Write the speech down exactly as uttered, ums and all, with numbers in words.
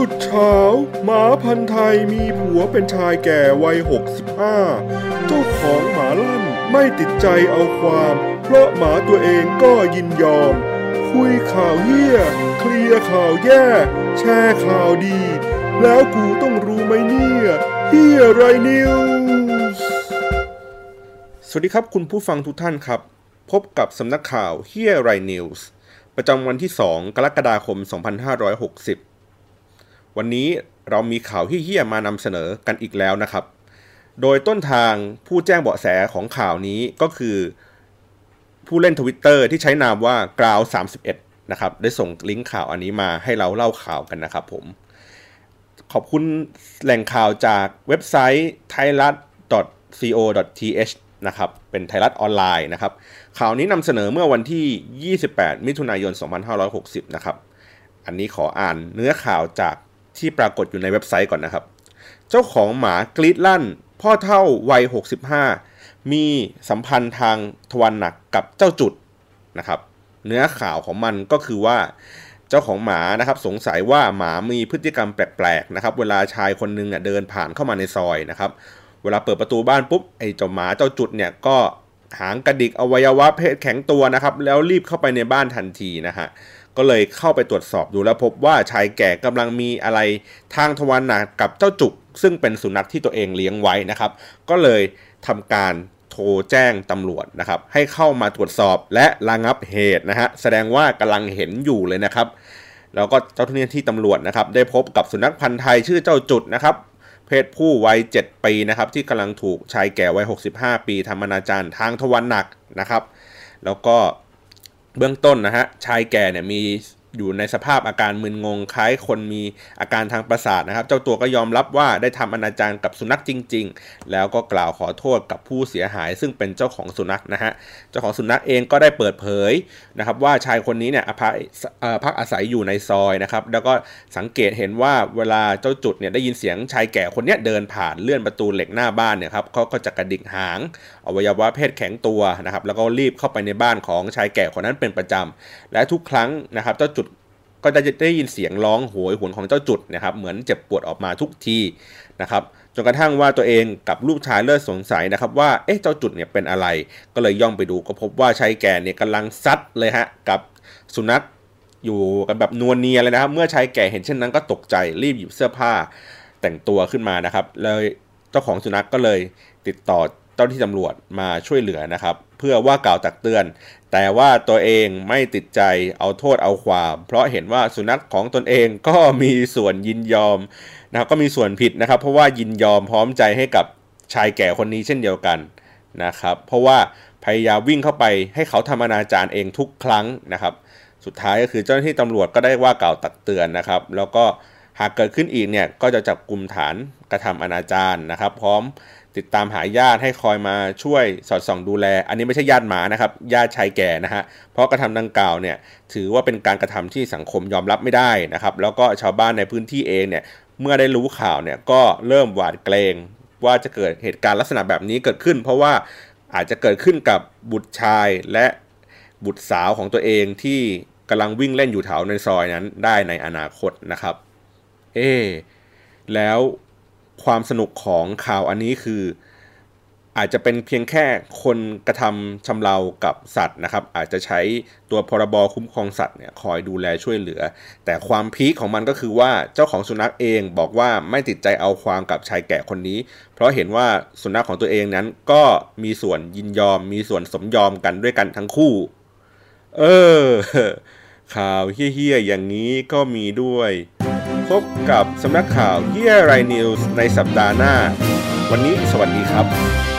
สุดเช้าหมาพันธุ์ไทยมีผัวเป็นชายแก่วัยหกสิบห้าเจ้าของหมาลั่นไม่ติดใจเอาความเพราะหมาตัวเองก็ยินยอมคุยข่าวเหี้ยเคลียร์ข่าวแย่แชร์ข่าวดีแล้วกูต้องรู้ไหมเนี่ยเหี้ยไรนิวส์สวัสดีครับคุณผู้ฟังทุกท่านครับพบกับสำนักข่าวเหี้ยไรนิวส์ประจำวันที่สองกรกฎาคมสองพันห้าร้อยหกสิบวันนี้เรามีข่าวเหี้ยๆมานำเสนอกันอีกแล้วนะครับโดยต้นทางผู้แจ้งเบาะแสของข่าวนี้ก็คือผู้เล่น Twitter ที่ใช้นามว่ากราวสามสิบเอ็ดนะครับได้ส่งลิงก์ข่าวอันนี้มาให้เราเล่าข่าวกันนะครับผมขอบคุณแหล่งข่าวจากเว็บไซต์ ไทยรัฐ ดอท ซี โอ ดอท ที เอช นะครับเป็นไทยรัฐออนไลน์นะครับข่าวนี้นำเสนอเมื่อวันที่ยี่สิบแปดมิถุนายนสองพันห้าร้อยหกสิบนะครับอันนี้ขออ่านเนื้อข่าวจากที่ปรากฏอยู่ในเว็บไซต์ก่อนนะครับเจ้าของหมากรีดลั่นพ่อเฒ่าวัยหกสิบห้ามีสัมพันธ์ทางทวารหนักกับเจ้าจุดนะครับเนื้อข่าวของมันก็คือว่าเจ้าของหมานะครับสงสัยว่าหมามีพฤติกรรมแปลกๆนะครับเวลาชายคนนึงเนี่ยเดินผ่านเข้ามาในซอยนะครับเวลาเปิดประตูบ้านปุ๊บไอ้เจ้าหมาเจ้าจุดเนี่ยก็หางกระดิกอวัยวะเพศแข็งตัวนะครับแล้วรีบเข้าไปในบ้านทันทีนะฮะก็เลยเข้าไปตรวจสอบดูแล้วพบว่าชายแก่กำลังมีอะไรทางทวารหนักกับเจ้าจุกซึ่งเป็นสุนัขที่ตัวเองเลี้ยงไว้นะครับก็เลยทำการโทรแจ้งตำรวจนะครับให้เข้ามาตรวจสอบและระงับเหตุนะฮะแสดงว่ากำลังเห็นอยู่เลยนะครับแล้วก็เจ้าหน้าที่ตำรวจนะครับได้พบกับสุนัขพันธุ์ไทยชื่อเจ้าจุดนะครับเพศผู้วัยเจ็ดปีนะครับที่กำลังถูกชายแก่วัยหกสิบห้าปีทำอนาจารทางทวารหนักนะครับแล้วก็เบื้องต้นนะฮะชายแก่เนี่ยมีอยู่ในสภาพอาการมึนงงคล้ายคนมีอาการทางประสาทนะครับเจ้าตัวก็ยอมรับว่าได้ทำอนาจารกับสุนัขจริงๆแล้วก็กล่าวขอโทษกับผู้เสียหายซึ่งเป็นเจ้าของสุนัขนะฮะเจ้าของสุนัขเองก็ได้เปิดเผยนะครับว่าชายคนนี้เนี่ยพักอาศัยอยู่ในซอยนะครับแล้วก็สังเกตเห็นว่าเวลาเจ้าจุดเนี่ยได้ยินเสียงชายแก่คนนี้เดินผ่านเลื่อนประตูเหล็กหน้าบ้านเนี่ยครับเขาก็จะกระดิกหางอวัยวะเพศแข็งตัวนะครับแล้วก็รีบเข้าไปในบ้านของชายแก่คนนั้นเป็นประจำและทุกครั้งนะครับเจ้าจุดก็จะได้ยินเสียงร้องโหยหวนของเจ้าจุดนะครับเหมือนเจ็บปวดออกมาทุกทีนะครับจนกระทั่งว่าตัวเองกับลูกชายเริ่มสงสัยนะครับว่าเอ๊ะเจ้าจุดเนี่ยเป็นอะไรก็เลยย่องไปดูก็พบว่าชายแก่เนี่ยกำลังซัดเลยฮะกับสุนัขอยู่กันแบบนวลเนียเลยนะครับเมื่อชายแก่เห็นเช่นนั้นก็ตกใจรีบหยิบเสื้อผ้าแต่งตัวขึ้นมานะครับเลยเจ้าของสุนัขก็เลยติดต่อเจ้าที่ตำรวจมาช่วยเหลือนะครับเพื่อว่ากล่าวตักเตือนแต่ว่าตัวเองไม่ติดใจเอาโทษเอาความเพราะเห็นว่าสุนัขของตนเองก็มีส่วนยินยอมนะครับก็มีส่วนผิดนะครับเพราะว่ายินยอมพร้อมใจให้กับชายแก่คนนี้เช่นเดียวกันนะครับเพราะว่าพยายามวิ่งเข้าไปให้เขาทำอนาจารเองทุกครั้งนะครับสุดท้ายก็คือเจ้าหน้าที่ตำรวจก็ได้ว่ากล่าวตักเตือนนะครับแล้วก็หากเกิดขึ้นอีกเนี่ยก็จะจับกุมฐานกระทำอนาจารนะครับพร้อมติดตามหาญาติให้คอยมาช่วยสอดส่องดูแลอันนี้ไม่ใช่ญาติหมานะครับญาติชายแก่นะฮะเพราะกระทำดังกล่าวเนี่ยถือว่าเป็นการกระทำที่สังคมยอมรับไม่ได้นะครับแล้วก็ชาวบ้านในพื้นที่เองเนี่ยเมื่อได้รู้ข่าวเนี่ยก็เริ่มหวาดเกรงว่าจะเกิดเหตุการณ์ลักษณะแบบนี้เกิดขึ้นเพราะว่าอาจจะเกิดขึ้นกับบุตรชายและบุตรสาวของตัวเองที่กำลังวิ่งเล่นอยู่แถวในซอยนั้นได้ในอนาคตนะครับเอ๊แล้วความสนุกของข่าวอันนี้คืออาจจะเป็นเพียงแค่คนกระทำชำเรากับสัตว์นะครับอาจจะใช้ตัวพรบคุ้มครองสัตว์เนี่ยคอยดูแลช่วยเหลือแต่ความพีคของมันก็คือว่าเจ้าของสุนัขเองบอกว่าไม่ติดใจเอาความกับชายแก่คนนี้เพราะเห็นว่าสุนัขของตัวเองนั้นก็มีส่วนยินยอมมีส่วนสมยอมกันด้วยกันทั้งคู่เออข่าวเฮี้ยๆอย่างนี้ก็มีด้วยพบกับสำนักข่าวเหี้ยไรนิวส์ในสัปดาห์หน้าวันนี้สวัสดีครับ